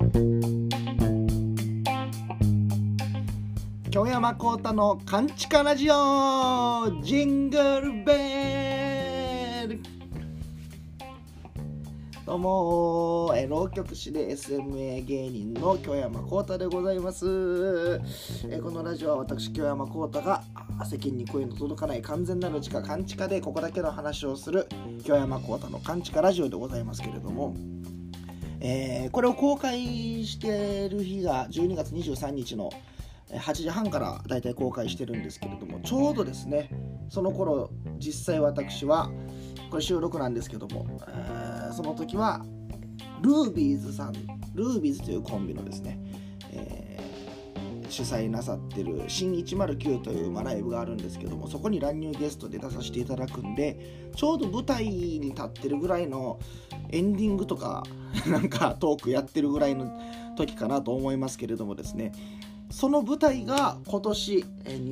京山幸太のカンチカラジオジングルベル。どうも浪曲師で SMA 芸人の京山幸太でございます。このラジオは私京山幸太が世間に声の届かない完全なる地下カンチカでここだけの話をする京山幸太のカンチカラジオでございますけれども、これを公開している日が12月23日の8時半からだいたい公開してるんですけれども、ちょうどですねその頃実際私はこれ収録なんですけども、その時はルービーズというコンビのですね、主催なさってる新109というライブがあるんですけども、そこに乱入ゲストで出させていただくんで、ちょうど舞台に立ってるぐらいのエンディングとかなんかトークやってるぐらいの時かなと思いますけれどもですね、その舞台が今年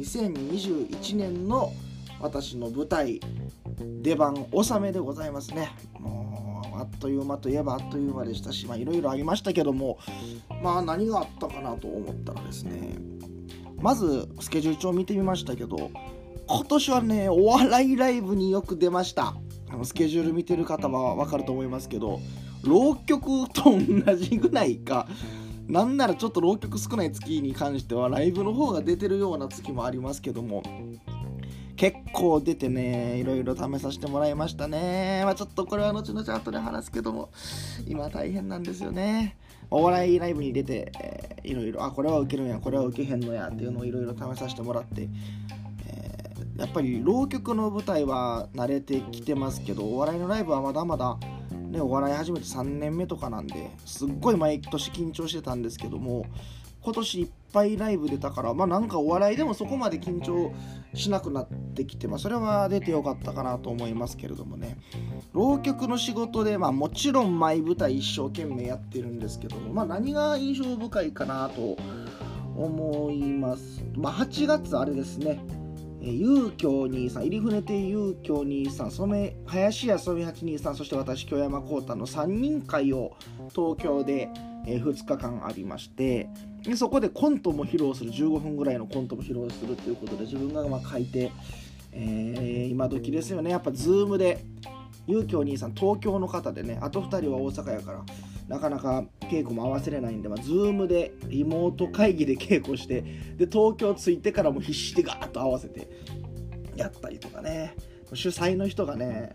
2021年の私の舞台出番納めでございますね。もうあっという間といえばあっという間でしたし、いろいろありましたけども、何があったかなと思ったらですね、まずスケジュール帳を見てみましたけど、今年はねお笑いライブによく出ました。スケジュール見てる方は分かると思いますけど、浪曲と同じぐらいか、なんならちょっと浪曲少ない月に関してはライブの方が出てるような月もありますけども、結構出てねいろいろ試させてもらいましたね。ちょっとこれは後々後で話すけども、今大変なんですよね。お笑いライブに出て、いろいろこれは受けるんやこれは受けへんのやっていうのをいろいろ試させてもらって、やっぱり浪曲の舞台は慣れてきてますけど、お笑いのライブはまだまだね、お笑い始めて3年目とかなんで、すっごい毎年緊張してたんですけども、今年いっぱいライブ出たから、なんかお笑いでもそこまで緊張しなくなってきて、それは出てよかったかなと思いますけれどもね。浪曲の仕事で、もちろん毎舞台一生懸命やってるんですけども、何が印象深いかなと思います。8月あれですね、ゆうきょう兄さん、入船亭ゆうきょう兄さん、林家染八兄さん、そして私京山幸太の3人会を東京で2日間ありまして、そこでコントも披露する、15分ぐらいのコントも披露するということで、自分が書いて、今時ですよね、やっぱズームでゆうきょう兄さん東京の方でね、あと2人は大阪やからなかなか稽古も合わせれないんで、ズームでリモート会議で稽古して、で東京着いてからも必死でガーッと合わせてやったりとかね、主催の人がね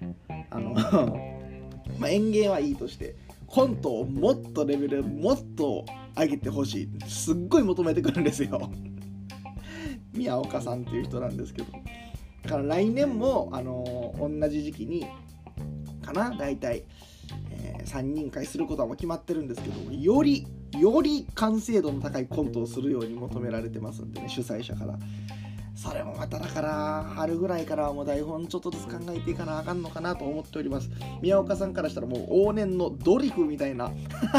演芸はいいとしてコントをもっとレベルもっと上げてほしい、すっごい求めてくるんですよ宮岡さんっていう人なんですけど、だから来年も同じ時期にかな、大体3人会することはもう決まってるんですけど、より完成度の高いコントをするように求められてますんでね、主催者から。それもまただから春ぐらいからはもう台本ちょっとずつ考えていかなあかんのかなと思っております。宮岡さんからしたらもう往年のドリフみたいな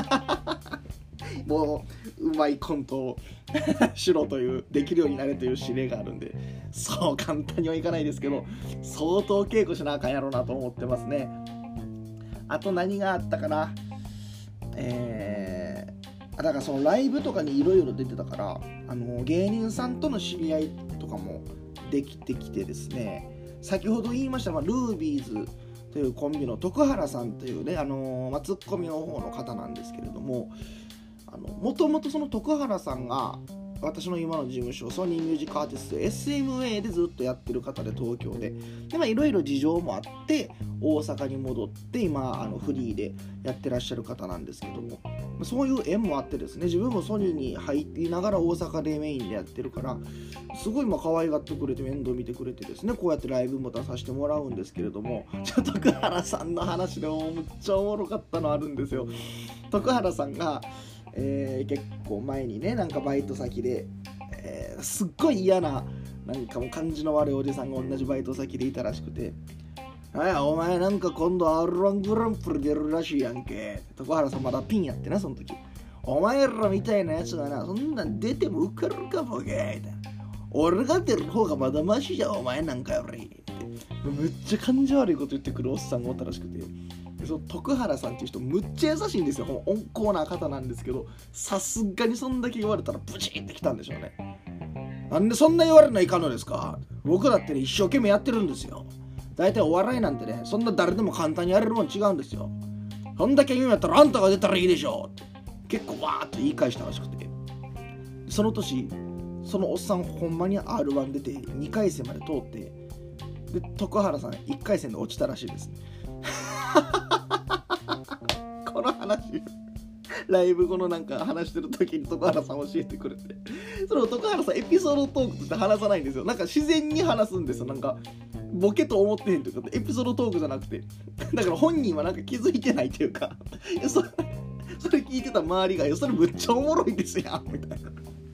もううまいコントをしろという、できるようになれという指令があるんで、そう簡単にはいかないですけど、相当稽古しなあかんやろうなと思ってますね。あと何があったかな、だからそのライブとかにいろいろ出てたから、芸人さんとの知り合いとかもできてきてですね、先ほど言いました、ルービーズというコンビの徳原さんというね、ツッコミの方の方なんですけれども、もともとその徳原さんが私の今の事務所ソニーミュージックアーティスト SMA でずっとやってる方で、東京でいろいろ事情もあって大阪に戻って今フリーでやってらっしゃる方なんですけども、そういう縁もあってですね、自分もソニーに入りながら大阪でメインでやってるから、すごい可愛がってくれて面倒見てくれてですね、こうやってライブも出させてもらうんですけれども、徳原さんの話でもむっちゃおもろかったのあるんですよ。徳原さんが結構前にね、バイト先で、すっごい嫌なもう感じの悪いおじさんが同じバイト先でいたらしくて、お前今度 R1 グランプリ出るらしいやんけ。徳原さんまだピンやってな、その時。お前らみたいなやつがな、そんなん出ても受かるかボケーみたいな。俺が出る方がまだマシじゃん、お前なんかよりってめっちゃ感じ悪いこと言ってくるおっさんがおったらしくて、 その徳原さんっていう人むっちゃ優しいんですよ。温厚な方なんですけど、さすがにそんだけ言われたらブチーってきたんでしょうね。なんでそんな言われないかんのですか。僕だってね、一生懸命やってるんですよ。大体お笑いなんてね、そんな誰でも簡単にやれるもん違うんですよ。そんだけ言うんやったらあんたが出たらいいでしょって結構わーっと言い返したらしくて、その年そのおっさんほんまに R1 出て2回戦まで通って、で徳原さん1回戦で落ちたらしいですねこの話ライブ後のなんか話してる時に徳原さん教えてくれて、その徳原さんエピソードトークとして話さないんですよ。なんか自然に話すんですよ。なんかボケと思ってへんというか、エピソードトークじゃなくて、だから本人はなんか気づいてないというか、それ聞いてた周りがそれむっちゃおもろいですやんみたいな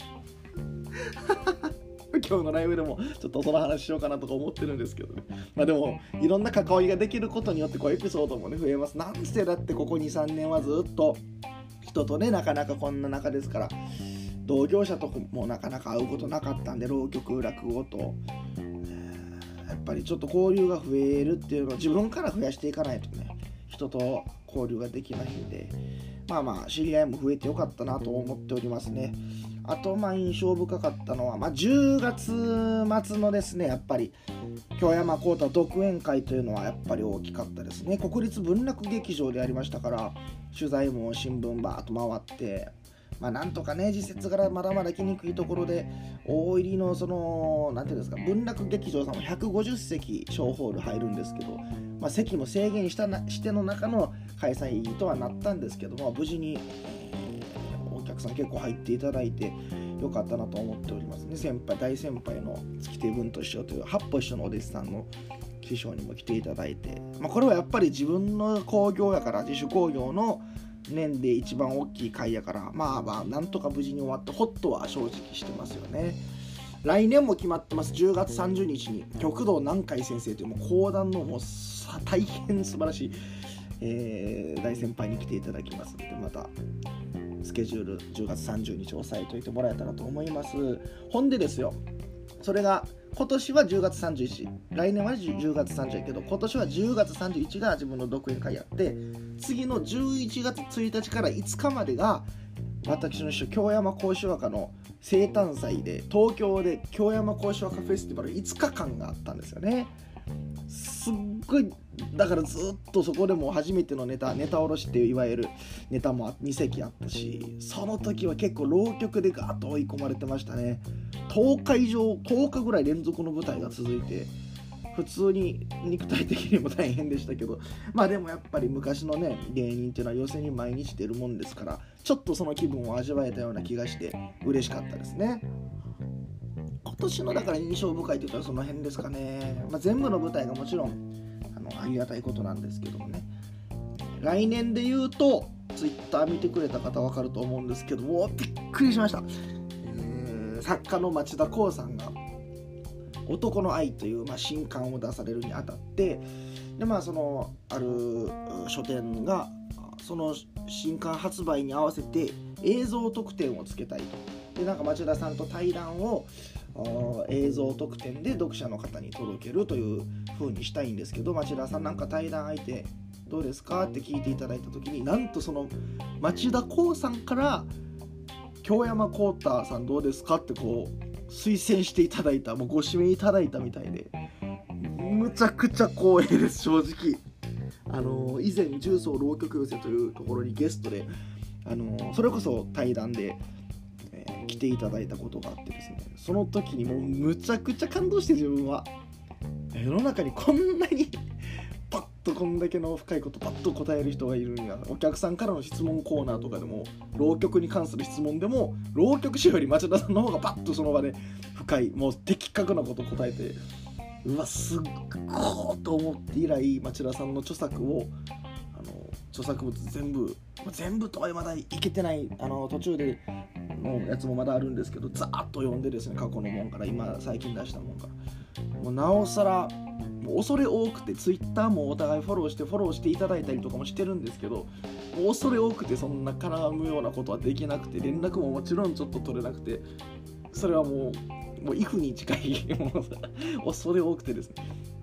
今日のライブでもちょっとその話しようかなとか思ってるんですけどね。まあでもいろんな関わりができることによってこうエピソードもね増えます。なんせだってここ 2,3 年はずっと人とねなかなかこんな中ですから、同業者ともなかなか会うことなかったんで、浪曲落語とやっぱりちょっと交流が増えるっていうのは自分から増やしていかないとね、人と交流ができないんで、まあ知り合いも増えてよかったなと思っておりますね。あと印象深かったのは、10月末のですね、やっぱり京山幸太独演会というのはやっぱり大きかったですね。国立文楽劇場でやりましたから、取材も新聞バーッと回って、なんとかね、時節柄まだまだ来にくいところで大入りのそのなんていうんですか、文楽劇場さんも150席小ホール入るんですけど、席も制限しての中の開催とはなったんですけども、無事にお客さん結構入っていただいてよかったなと思っておりますね。大先輩の月手文と師匠という八歩師匠のお弟子さんの師匠にも来ていただいて、これはやっぱり自分の興行やから、自主興行の年で一番大きい会やから、なんとか無事に終わってホッとは正直してますよね。来年も決まってます。10月30日に極道南海先生というもう講談のもう大変素晴らしい、大先輩に来ていただきますので、またスケジュール10月30日押さえといてもらえたらと思います。ほんでですよ、それが今年は10月31日、来年は10月30日やけど、今年は10月31日が自分の独演会やって、次の11月1日から5日までが私の師匠京山講師和歌の生誕祭で、東京で京山講師和歌フェスティバル5日間があったんですよね。すっごい、だからずっとそこでも初めてのネタ下ろしっていういわゆるネタも2席あったし、その時は結構浪曲でガーッと追い込まれてましたね。10日ぐらい連続の舞台が続いて、普通に肉体的にも大変でしたけど、でもやっぱり昔のね芸人っていうのは寄席に毎日出るもんですから、ちょっとその気分を味わえたような気がして嬉しかったですね。今年のだから印象深いというとその辺ですかね。全部の舞台がもちろんありがたいことなんですけどもね、来年で言うとツイッター見てくれた方分かると思うんですけども、びっくりしました。作家の町田光さんが男の愛という、新刊を出されるにあたって、でそのある書店がその新刊発売に合わせて映像特典をつけたいと。で町田さんと対談を映像特典で読者の方に届けるという風にしたいんですけど、町田さんなんか対談相手どうですかって聞いていただいた時に、なんとその町田光さんから京山幸太さんどうですかって推薦していただいた、もうご指名いただいたみたいで、むちゃくちゃ光栄です。正直以前重曹浪曲寄せというところにゲストでそれこそ対談で、来ていただいたことがあってですね、その時にもうむちゃくちゃ感動して、自分は世の中にこんなにパッとこんだけの深いことパッと答える人がいるんや。お客さんからの質問コーナーとかでも、浪曲に関する質問でも浪曲師より町田さんの方がパッとその場で深い、もう的確なことを答えて、うわすっごーと思って以来、町田さんの著作を著作物全部とはまだいけてない、途中でのやつもまだあるんですけど、ざーっと読んでですね、過去のもんから今最近出したもんから、もうなおさらもう恐れ多くて、ツイッターもお互いフォローしていただいたりとかもしてるんですけど、もう恐れ多くてそんな絡むようなことはできなくて、連絡ももちろんちょっと取れなくて、それはもうイフに近い恐れ多くてですね、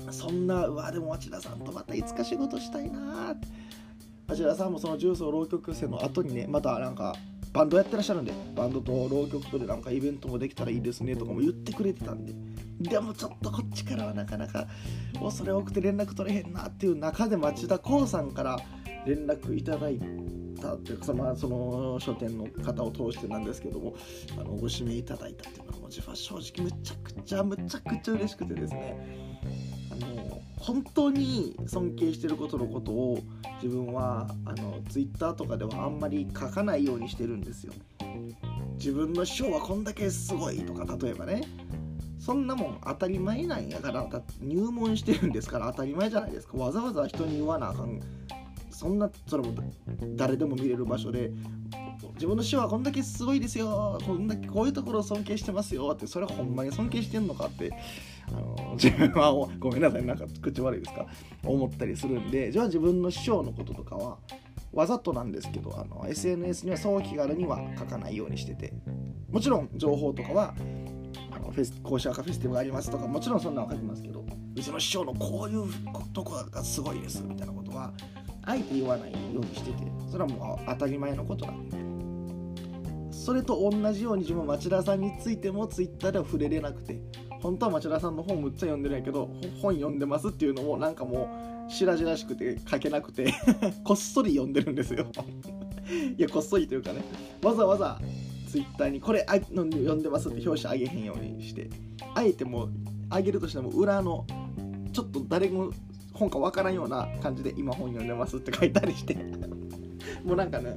そんなでも町田さんとまたいつか仕事したいなって。町田さんもその重曹浪曲生の後にね、またなんかバンドやってらっしゃるんで、バンドと浪曲とでなんかイベントもできたらいいですねとかも言ってくれてたんで、でもちょっとこっちからはなかなか恐れ多くて連絡取れへんなっていう中で、町田光さんから連絡いただいたっていうか、その書店の方を通してなんですけども、ご指名いただいたっていうのは、自分は正直むちゃくちゃ嬉しくてですね、本当に尊敬してることを自分はツイッターとかではあんまり書かないようにしてるんですよ。自分の師匠はこんだけすごいとか、例えばね、そんなもん当たり前なんやから、だって入門してるんですから当たり前じゃないですか。わざわざ人に言わなあかん、それも誰でも見れる場所で、自分の師匠はこんだけすごいですよ、こういうところを尊敬してますよって、それはほんまに尊敬してんのかって自分はごめんなさい、なんか口悪いですか、思ったりするんで、じゃあ自分の師匠のこととかはわざとなんですけど、SNS にはそう気軽には書かないようにしてて、もちろん情報とかは講師赤フェスティバルがありますとか、もちろんそんなの書きますけど、うちの師匠のこういうとこがすごいですみたいなことはあえて言わないようにしてて、それはもう当たり前のことなんで。それと同じように自分は町田さんについてもツイッターでは触れれなくて、本当は町田さんの本むっちゃ読んでるんやけど、本読んでますっていうのもなんかもう白々しくて書けなくてこっそり読んでるんですよいやこっそりというかね、わざわざツイッターにこれ読んでますって表紙あげへんようにして、あえてもうあげるとしても裏のちょっと誰も本かわからんような感じで今本読んでますって書いたりしてもうなんかね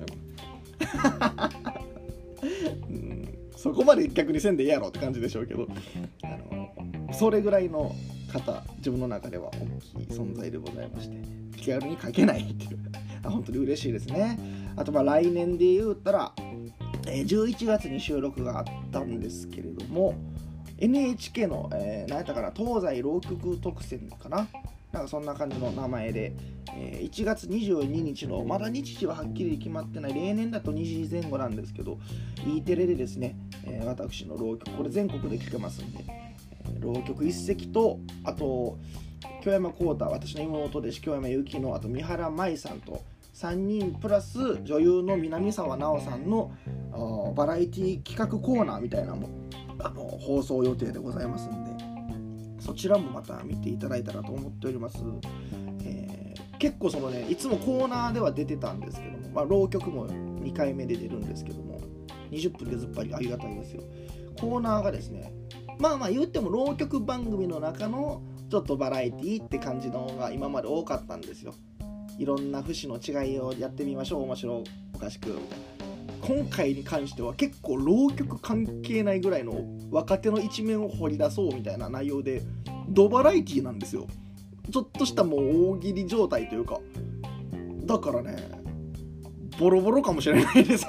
そこまで逆にせんでいいやろって感じでしょうけど、それぐらいの方、自分の中では大きい存在でございまして、気軽に書けないっていう本当に嬉しいですね。あと来年で言うたら、11月に収録があったんですけれども、 NHK の、何やったかな、東西浪曲特選かな、なんかそんな感じの名前で、1月22日の、まだ日時ははっきり決まってない、例年だと2時前後なんですけど、E テレでですね、私の浪曲、これ全国で聴けますんで、浪曲一席と、あと京山幸太、私の妹弟子京山由紀乃、あと三原舞さんと3人プラス女優の南沢奈緒さんのバラエティ企画コーナーみたいなのも放送予定でございますんで、そちらもまた見ていただいたらと思っております。結構いつもコーナーでは出てたんですけども、浪曲も2回目で出るんですけども、20分でずっぱりありがたいですよ。コーナーがですね、言っても浪曲番組の中のちょっとバラエティって感じのが今まで多かったんですよ。いろんな節の違いをやってみましょう、面白おかしくみたいな。今回に関しては結構浪曲関係ないぐらいの若手の一面を掘り出そうみたいな内容で、ドバラエティなんですよ。ちょっとしたもう大喜利状態というか、だからね、ボロボロかもしれないです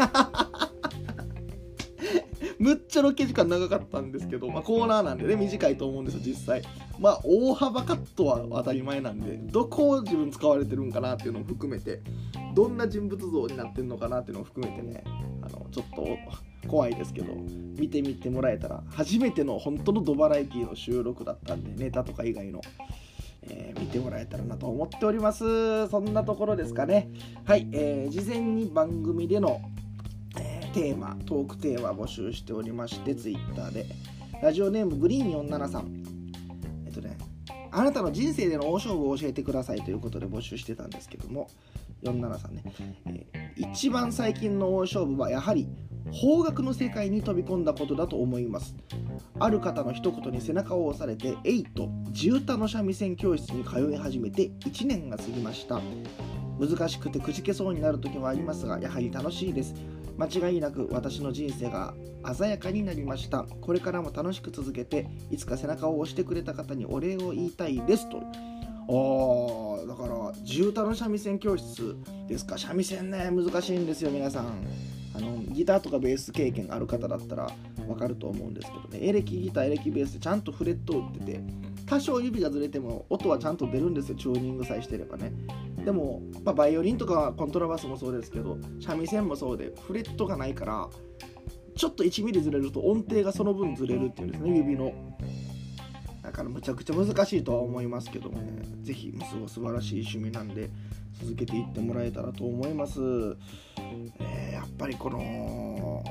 むっちゃロケ時間長かったんですけど、コーナーなんでね、短いと思うんですよ実際。大幅カットは当たり前なんで、どこを自分使われてるんかなっていうのを含めて、どんな人物像になってるのかなっていうのを含めてね、ちょっと怖いですけど見てみてもらえたら、初めての本当のドバラエティの収録だったんで、ネタとか以外の、見てもらえたらなと思っております。そんなところですかね。はい、事前に番組でのテーマ、トークテーマ募集しておりまして、ツイッターでラジオネームグリーン473、あなたの人生での大勝負を教えてくださいということで募集してたんですけども、473ね、一番最近の大勝負はやはり邦楽の世界に飛び込んだことだと思います。ある方の一言に背中を押されて地唄の三味線教室に通い始めて1年が過ぎました。難しくてくじけそうになる時もありますが、やはり楽しいです。間違いなく私の人生が鮮やかになりました。これからも楽しく続けて、いつか背中を押してくれた方にお礼を言いたいですと。だから地唄の三味線教室ですか。三味線ね、難しいんですよ皆さん。ギターとかベース経験ある方だったらわかると思うんですけどね、エレキギターエレキベースでちゃんとフレットを打ってて、多少指がずれても音はちゃんと出るんですよ、チューニングさえしてればね。でも、バイオリンとかコントラバスもそうですけど、三味線もそうでフレットがないから、ちょっと1ミリずれると音程がその分ずれるっていうんですね、指の。 だからむちゃくちゃ難しいとは思いますけどもね、ぜひ素晴らしい趣味なんで続けていってもらえたらと思います。やっぱりこの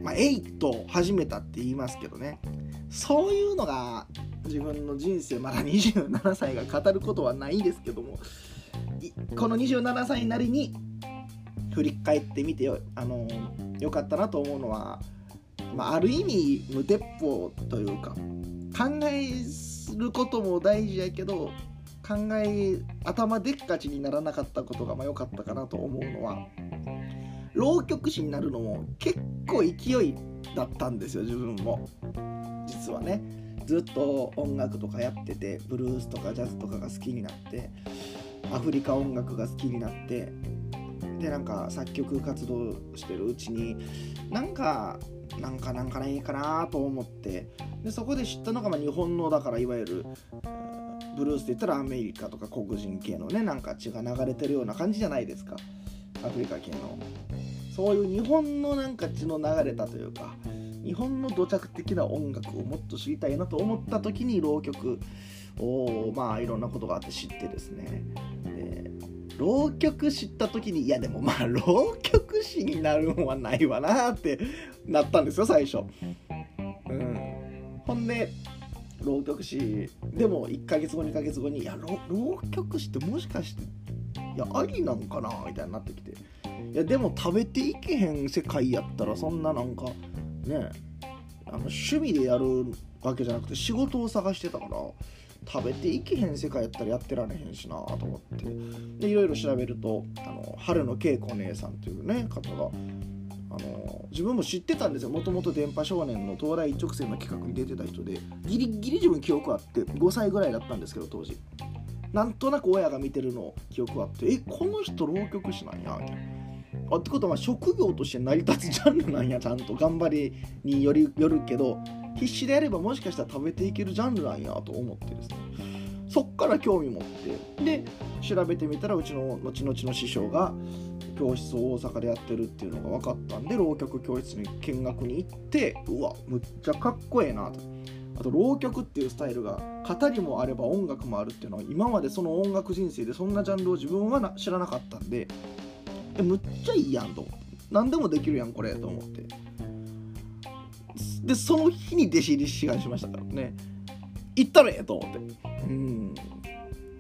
8を始めたって言いますけどね、そういうのが自分の人生まだ27歳が語ることはないですけども、この27歳なりに振り返ってみてよかったなと思うのは、ある意味無鉄砲というか、考えることも大事やけど頭でっかちにならなかったことが良かったかなと思うのは、浪曲師になるのも結構勢いだったんですよ。自分も実はね、ずっと音楽とかやってて、ブルースとかジャズとかが好きになって、アフリカ音楽が好きになって、でなんか作曲活動してるうちになんかないかなと思って、でそこで知ったのが日本のだからいわゆるブルースって言ったらアメリカとか黒人系のね、なんか血が流れてるような感じじゃないですか、アフリカ系の。そういう日本のなんか血の流れたというか、日本の土着的な音楽をもっと知りたいなと思った時に浪曲をいろんなことがあって知ってですね、で浪曲知った時にでも浪曲師になるんはないわなってなったんですよ最初。ほんで浪曲師でも1ヶ月後2ヶ月後に浪曲師ってもしかしてありなんかなみたいになってきて、でも食べていけへん世界やったらそんななんかね趣味でやるわけじゃなくて仕事を探してたから、食べていけへん世界やったらやってられへんしなと思って、でいろいろ調べると春野恵子姉さんというね方が自分も知ってたんですよ。もともと電波少年の東大一直線の企画に出てた人で、ギリギリ自分記憶あって、5歳ぐらいだったんですけど当時、なんとなく親が見てるの記憶あって、この人浪曲師なんやみたいな、ってことは職業として成り立つジャンルなんや、ちゃんと頑張りによるけど必死でやればもしかしたら食べていけるジャンルなんやと思ってですね、そっから興味持って、で調べてみたらうちの後々の師匠が教室を大阪でやってるっていうのが分かったんで、浪曲教室に見学に行って、むっちゃかっこええなと。あと浪曲っていうスタイルが語りもあれば音楽もあるっていうのは、今までその音楽人生でそんなジャンルを自分は知らなかったんで、むっちゃいいやんと、何でもできるやんこれと思って、でその日に弟子入り志願しましたからね。行ったれと思って、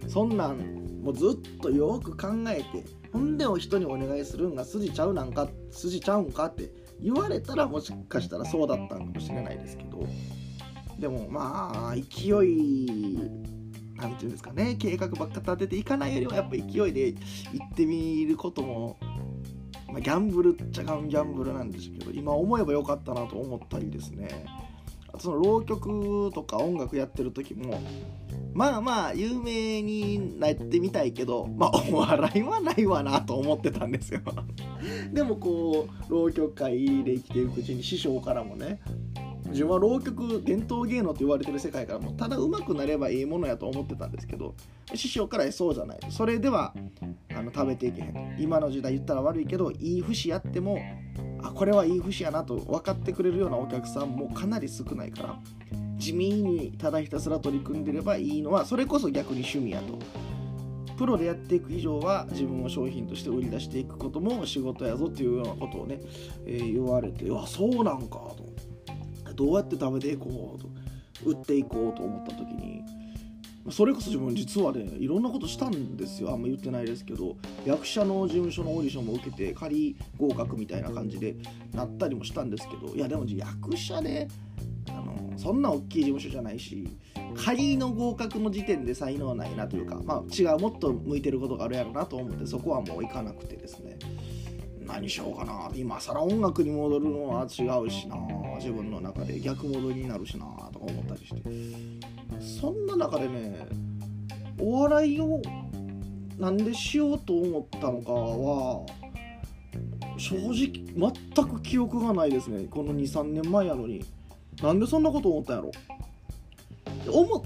そんなんもうずっとよく考えて、ほんで人にお願いするんが筋ちゃうんかって言われたら、もしかしたらそうだったんかもしれないですけど、でも勢いなんていうんですかね、計画ばっか立てていかないよりはやっぱ勢いで行ってみることも、ギャンブルっちゃギャンブルなんですけど、今思えばよかったなと思ったりですね。あとその浪曲とか音楽やってる時も有名になってみたいけど、お笑いはないわなと思ってたんですよでもこう浪曲界で生きていくうちに師匠からもね、自分は浪曲伝統芸能と言われてる世界からもただ上手くなればいいものやと思ってたんですけど、師匠からそうじゃない、それでは食べていけへん、今の時代言ったら悪いけどいい節やってもこれはいい節やなと分かってくれるようなお客さんもかなり少ないから、地味にただひたすら取り組んでればいいのはそれこそ逆に趣味やと、プロでやっていく以上は自分を商品として売り出していくことも仕事やぞっていうようなことをね、言われて、そうなんかと、どうやって食べていこうと、売っていこうと思った時に、それこそ自分実はねいろんなことしたんですよ。あんま言ってないですけど、役者の事務所のオーディションも受けて仮合格みたいな感じでなったりもしたんですけど、でも役者でそんな大きい事務所じゃないし、仮の合格の時点で才能はないなというか、違うもっと向いてることがあるやろなと思って、そこはもう行かなくてですね、何しようかな、今更音楽に戻るのは違うしな、自分の中で逆戻りになるしなとか思ったりして、そんな中でね、お笑いをなんでしようと思ったのかは正直全く記憶がないですね。この 2,3 年前やのになんでそんなこと思ったんやろ思って、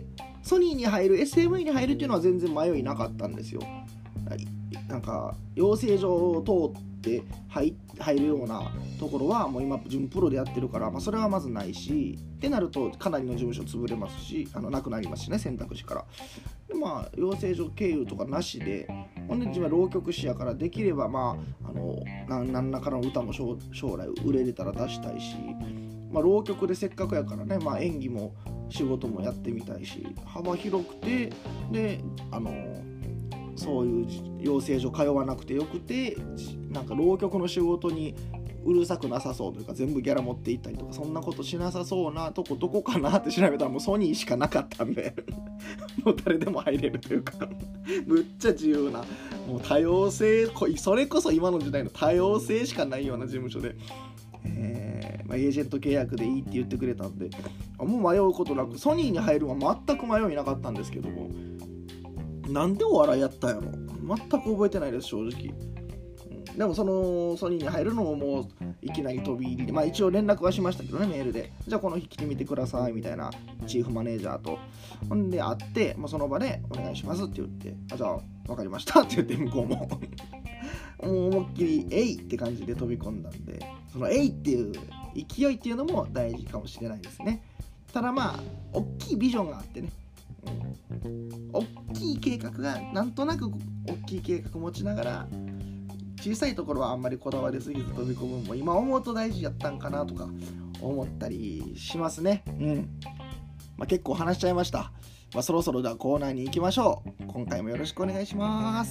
ソニーに入る SME に入るっていうのは全然迷いなかったんですよ。なんか養成所を通っって入るようなところはもう今準プロでやってるから、それはまずないしってなるとかなりの事務所潰れますしなくなりますしね、選択肢から。で養成所経由とかなしで、ほんで自分は浪曲師やからできれば何らかの歌も将来売れれたら出したいし、浪曲でせっかくやからね、演技も仕事もやってみたいし、幅広くてでそういう養成所通わなくてよくて、なんか浪曲の仕事にうるさくなさそうというか、全部ギャラ持っていったりとかそんなことしなさそうなとこどこかなって調べたらもうソニーしかなかったんでもう誰でも入れるというかむっちゃ自由な、もう多様性、それこそ今の時代の多様性しかないような事務所で、エージェント契約でいいって言ってくれたんで、もう迷うことなくソニーに入るのは全く迷いなかったんですけども、なんでお笑いやったんやろ全く覚えてないです正直。でもそのソニーに入るのももういきなり飛び入りで、一応連絡はしましたけどね、メールで、じゃあこの日来てみてくださいみたいな、チーフマネージャーとほんで会って、その場でお願いしますって言って、じゃあ分かりましたって言って向こうももう思いっきりえいって感じで飛び込んだんで、そのえいっていう勢いっていうのも大事かもしれないですね。ただ大きいビジョンがあってね、大きい計画がなんとなく大きい計画持ちながら、小さいところはあんまりこだわりすぎず飛び込むのも今思うと大事やったんかなとか思ったりしますね。結構話しちゃいました。そろそろではコーナーに行きましょう。今回もよろしくお願いします。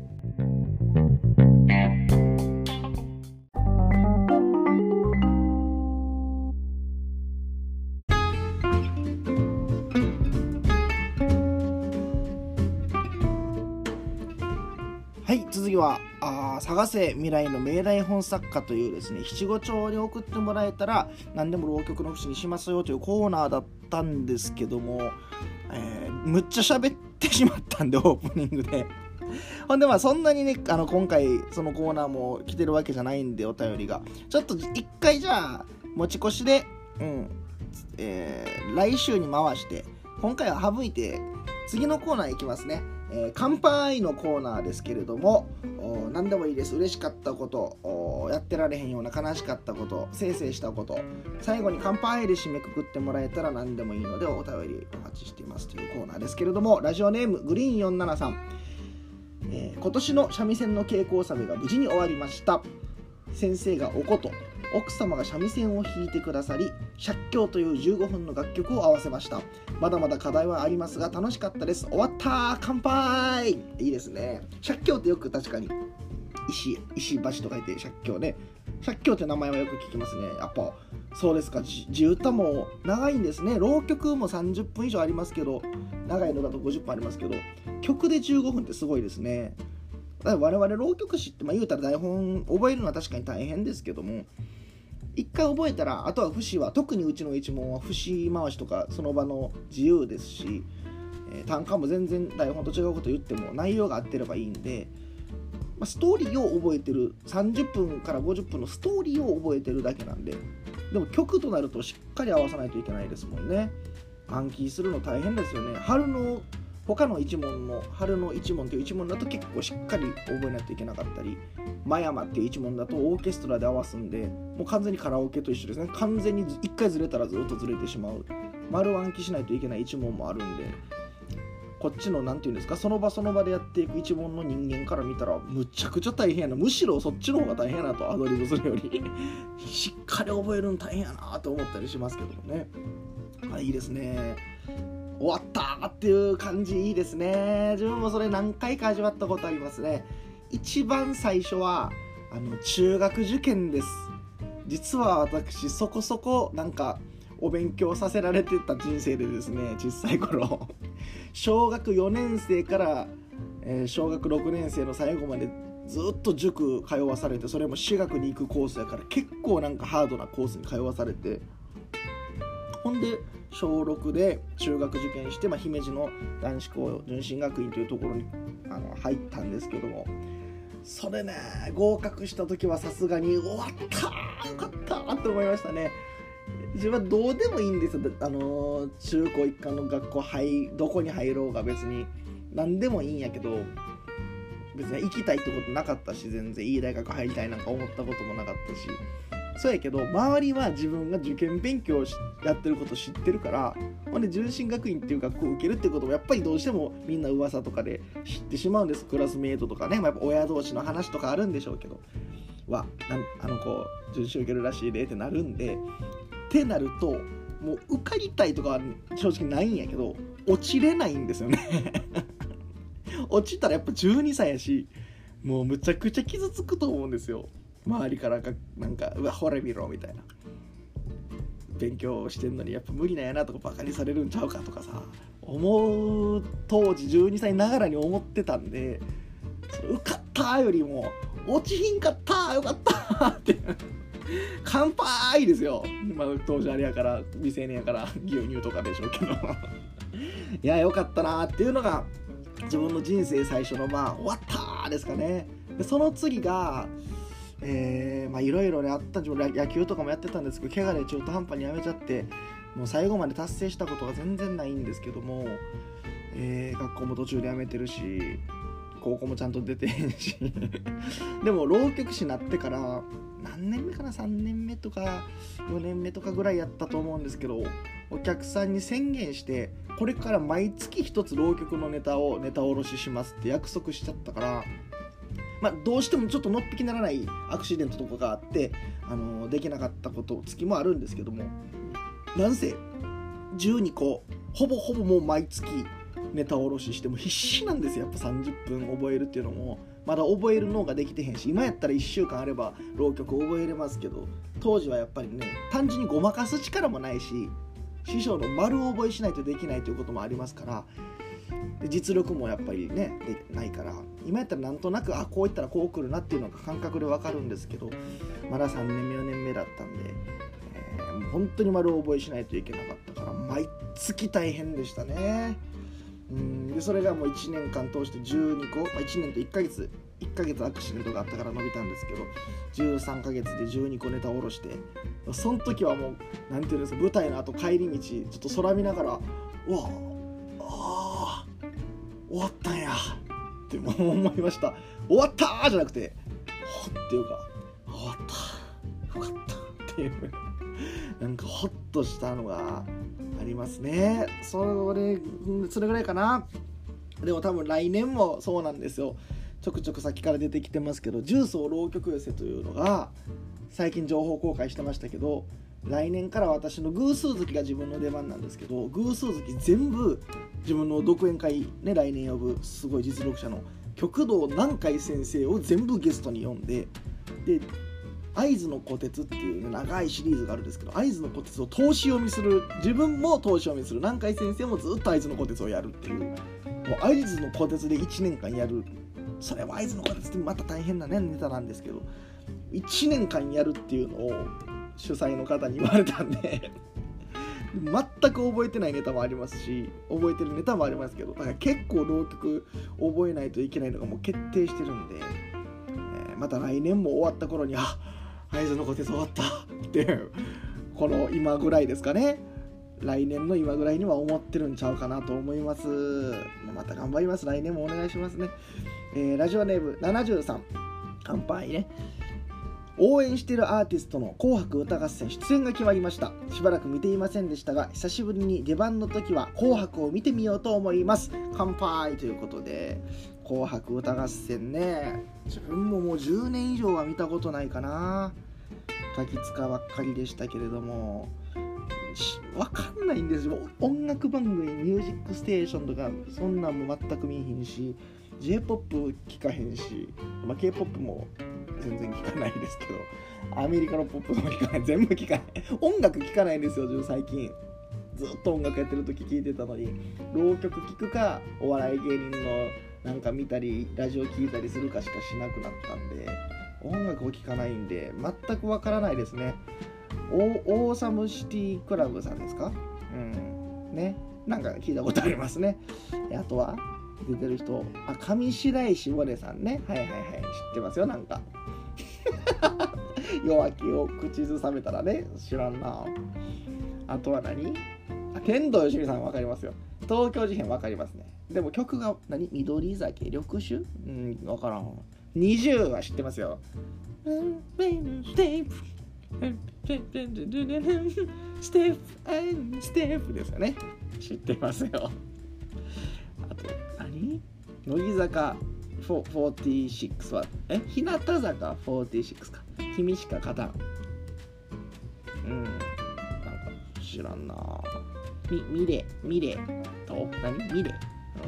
はい、続きは探せ未来の命題本作家というですね、七五調に送ってもらえたら何でも浪曲の節にしますよというコーナーだったんですけども、むっちゃ喋ってしまったんでオープニングでほんでそんなにね今回そのコーナーも来てるわけじゃないんで、お便りがちょっと一回じゃあ持ち越しで、来週に回して今回は省いて次のコーナー行きますね。乾杯のコーナーですけれども、何でもいいです。嬉しかったこと、やってられへんような悲しかったこと、せいせいしたこと、最後に乾杯で締めくくってもらえたら何でもいいのでお便りお待ちしていますというコーナーですけれども、ラジオネームグリーン47さん、今年の三味線の稽古納めが無事に終わりました。先生がおこと、奥様が三味線を弾いてくださり、写経という15分の楽曲を合わせました。まだまだ課題はありますが楽しかったです。終わったー、乾杯。いいですね。写経ってよく確かに石橋と書いて写経ね。写経って名前はよく聞きますね。やっぱそうですか。地歌も長いんですね。浪曲も30分以上ありますけど、長いのだと50分ありますけど、曲で15分ってすごいですね。我々浪曲師って言うたら台本覚えるのは確かに大変ですけども、一回覚えたらあとは節は、特にうちの一門は節回しとかその場の自由ですし、単価も全然台本と違うこと言っても内容が合ってればいいんで、ストーリーを覚えてる、30分から50分のストーリーを覚えてるだけなんで、でも曲となるとしっかり合わさないといけないですもんね。暗記するの大変ですよね。他の一門の春の一門という一門だと結構しっかり覚えないといけなかったり、真山っていう一門だとオーケストラで合わすんで、もう完全にカラオケと一緒ですね。完全に一回ずれたらずっとずれてしまう、丸暗記しないといけない一門もあるんで、こっちのなんていうんですか、その場その場でやっていく一門の人間から見たらむちゃくちゃ大変やな、むしろそっちの方が大変やなと、アドリブするよりしっかり覚えるの大変やなと思ったりしますけどもね。いいですね。終わったっていう感じいいですね。自分もそれ何回か味わったことありますね。一番最初は中学受験です。実は私そこそこお勉強させられてた人生でですね、小さい頃小学4年生から、小学6年生の最後までずっと塾通わされて、それも私学に行くコースやから結構ハードなコースに通わされて、ほんで小6で中学受験して、姫路の男子校純真学院というところに入ったんですけども、それね、合格した時はさすがに終わったよかったって思いましたね。自分はどうでもいいんですよ。中高一貫の学校どこに入ろうが別に何でもいいんやけど、 別に行きたいってことなかったし、全然いい大学入りたいなんか思ったこともなかったし、そうやけど周りは自分が受験勉強やってること知ってるから、ほんで純真学院っていう学校を受けるってこともやっぱりどうしてもみんな噂とかで知ってしまうんです。クラスメイトとかね、やっぱ親同士の話とかあるんでしょうけど、あの子純真受けるらしいでってなるんで、ってなるともう受かりたいとかは正直ないんやけど、落ちれないんですよね落ちたらやっぱ12歳やし、もうむちゃくちゃ傷つくと思うんですよ。周りからなんかうわほれ見ろみたいな、勉強してんのにやっぱ無理なんやなとかバカにされるんちゃうかとかさ思う、当時12歳ながらに思ってたんで、受かったよりも落ちひんかったよかったって乾杯ですよ。まあ当時あれやから未成年やから牛乳とかでしょうけどいやよかったなっていうのが自分の人生最初の終わったですかね。でその次がいろいろねあったんで、野球とかもやってたんですけど、怪我で中途半端にやめちゃって、もう最後まで達成したことが全然ないんですけども、学校も途中でやめてるし、高校もちゃんと出てへんしでも浪曲師になってから何年目かな、3年目とか4年目とかぐらいやったと思うんですけど、お客さんに宣言して、これから毎月一つ浪曲のネタ下ろししますって約束しちゃったから、どうしてもちょっとのっぴきならないアクシデントとかがあって、できなかった月もあるんですけども、なんせ12個ほぼもう毎月ネタおろししても必死なんですよ。やっぱ30分覚えるっていうのもまだ覚えるのができてへんし、今やったら1週間あれば浪曲覚えれますけど、当時はやっぱりね、単純にごまかす力もないし、師匠の丸覚えしないとできないということもありますから、で実力もやっぱりねないから、今やったらなんとなくこういったらこう来るなっていうのが感覚で分かるんですけど、まだ3年目4年目だったんで、もう本当に丸覚えしないといけなかったから毎月大変でしたね。でそれがもう1年間通して12個、1年と1ヶ月アクシデントがあったから伸びたんですけど、13ヶ月で12個ネタを下ろして、その時はもうなんていうんですか、舞台の後帰り道ちょっと空見ながら、うわ終わったんやって思いました。終わったーじゃなくて、ほっていうか終わったよかったっていうなんかホッとしたのがありますね。それぐらいかな。でも多分来年もそうなんですよ。ちょくちょく先から出てきてますけど、重曹浪曲寄せというのが最近情報公開してましたけど、来年から私の偶数月が自分の出番なんですけど、偶数月全部自分の独演会ね、来年呼ぶすごい実力者の極道南海先生を全部ゲストに呼んで、で会津の虎鉄っていう、長いシリーズがあるんですけど、会津の虎鉄を通し読みする、自分も通し読みする、南海先生もずっと会津の虎鉄をやるっていう、もう会津の虎鉄で1年間やる、それは会津の虎鉄ってまた大変なねネタなんですけど、1年間やるっていうのを主催の方に言われたんで全く覚えてないネタもありますし、覚えてるネタもありますけど、だから結構浪曲覚えないといけないのがもう決定してるんで、また来年も終わった頃に会津の虎鉄終わったっていうこの今ぐらいですかね、来年の今ぐらいには思ってるんちゃうかなと思います。また頑張ります。来年もお願いしますね。ラジオネーム73、乾杯ね。応援しているアーティストの紅白歌合戦出演が決まりました。しばらく見ていませんでしたが、久しぶりに出番の時は紅白を見てみようと思います。乾杯ということで、紅白歌合戦ね、自分ももう10年以上は見たことないかな。ガキ使ばっかりでしたけれども、わかんないんですよ。音楽番組ミュージックステーションとかそんなんも全く見えへんし、 J-POP 聞かへんし、K-POP も全然聞かないですけど、アメリカのポップも聞かない、全部聞かない音楽聞かないんですよ。最近ずっと音楽やってる時聞いてたのに、浪曲聞くかお笑い芸人のなんか見たりラジオ聞いたりするかしかしなくなったんで、音楽を聴かないんで全くわからないですね。オーサムシティクラブさんですか？ね、なんか聞いたことありますね。あとは出てる人、上白石萌音さんね、はい知ってますよ。なんか弱気を口ずさめたらね、知らんな。あとは何？天童よしみさんわかりますよ。東京事変わかりますね。 でも曲が緑酒緑酒わからん。20は知ってますよ。ステップですよね。知ってますよ。あと乃木坂46は日向坂46か。君しか勝たん。なんか知らんな。ミレとミレ、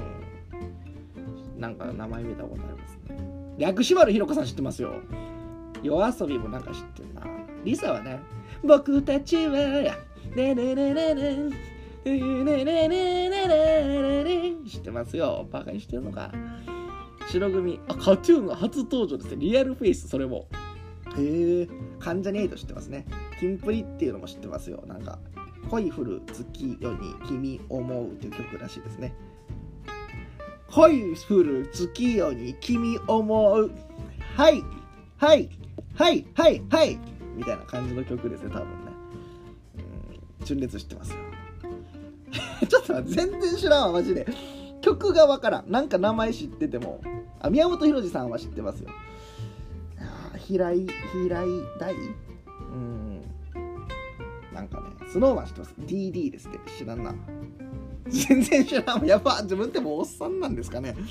なんか名前見たことありますね。薬師丸ひろ子さん知ってますよ。夜遊びもなんか知ってんな。リサはね、僕たちはねねねねねねねねねね知ってますよ。バカにしてるのか。白組、カトゥーンが初登場ですね。リアルフェイス、それも。関ジャニ∞知ってますね。キンプリっていうのも知ってますよ。なんか恋降る月夜に君思うっていう曲らしいですね。恋降る月夜に君思う、はいはいはいはいはいみたいな感じの曲ですね、多分ね。純烈知ってますよ。ちょっと全然知らんわ、マジで。曲がわからん。なんか名前知ってても、宮本浩次さんは知ってますよ。平井大、なんかね、スノーマン知ってます。DD ですって。知らんな。全然知らん。やば、自分ってもうおっさんなんですかね。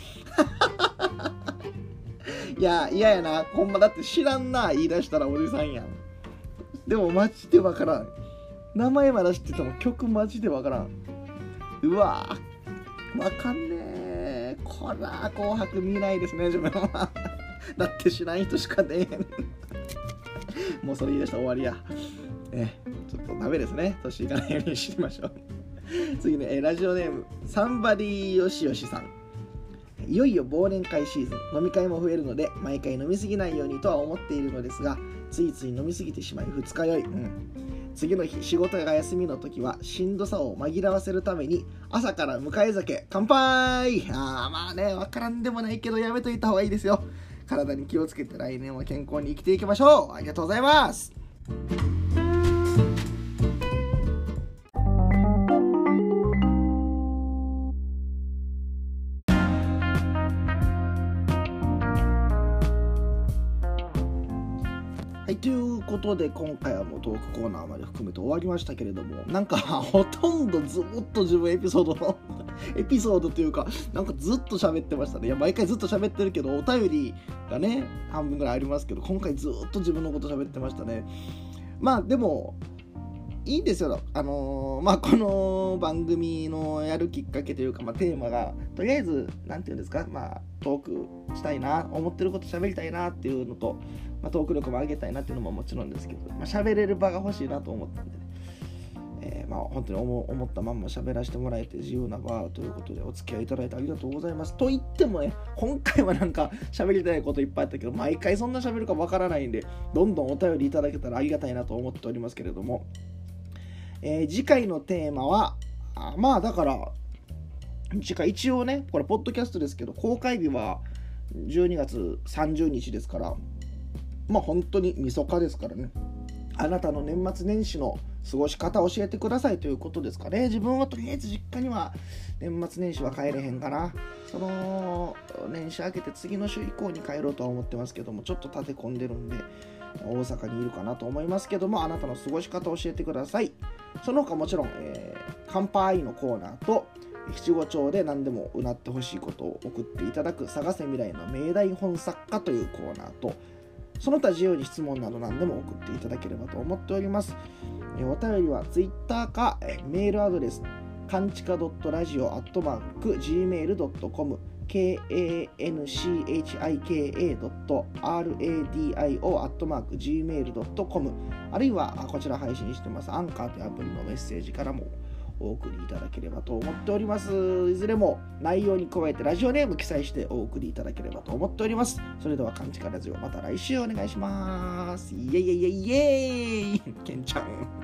いや、嫌やな。ほんまだって知らんな言い出したらおじさんやん。でもマジでわからん。名前まだ知ってても曲マジでわからん。うわわかんねえ。こら紅白見ないですね、自分は。だって知らん人しかねえ。もうそれ言い出したら終わりや。ちょっとダメですね。年いかないようにしましょう。次ね、ラジオネームサンバディよしよしさん。いよいよ忘年会シーズン、飲み会も増えるので毎回飲みすぎないようにとは思っているのですが、ついつい飲みすぎてしまい二日酔い、次の日仕事が休みの時はしんどさを紛らわせるために朝から迎え酒乾杯。まあね、わからんでもないけどやめといた方がいいですよ。体に気をつけて来年は健康に生きていきましょう。ありがとうございます。はい、ということで今回はもうトークコーナーまで含めて終わりましたけれども、なんかほとんどずっと自分エピソードというか、なんかずっと喋ってましたね。いや、毎回ずっと喋ってるけど、お便りがね半分ぐらいありますけど、今回ずっと自分のこと喋ってましたね。まあでもいいんですよ。この番組のやるきっかけというか、テーマがとりあえずなんていうんですか、トークしたいな、思ってること喋りたいなっていうのと、トーク力も上げたいなっていうのももちろんですけど、喋れる場が欲しいなと思ったんでね、本当に思ったまんま喋らせてもらえて自由な場ということでお付き合いいただいてありがとうございます。と言ってもね、今回はなんか喋りたいこといっぱいあったけど、毎回そんな喋るかわからないんで、どんどんお便りいただけたらありがたいなと思っておりますけれども、次回のテーマはだから一応ね、これポッドキャストですけど、公開日は12月30日ですから、本当に晦日ですからね。あなたの年末年始の過ごし方を教えてくださいということですかね。自分はとりあえず実家には年末年始は帰れへんかな。その年始明けて次の週以降に帰ろうとは思ってますけども、ちょっと立て込んでるんで大阪にいるかなと思いますけども、あなたの過ごし方を教えてください。その他もちろん、乾杯のコーナーと七五調で何でもうなってほしいことを送っていただく探せ未来の名台本作家というコーナーと、その他自由に質問など何でも送っていただければと思っております。お便りは Twitter かメールアドレスかんちか.radio@gmail.com kanchika.radio@gmail.com あるいはこちら配信してますアンカーというアプリのメッセージからもお送りいただければと思っております。いずれも内容に加えてラジオネーム記載してお送りいただければと思っております。それではかんちかラジオまた来週お願いします。イエイイエイイエイイエイケンちゃん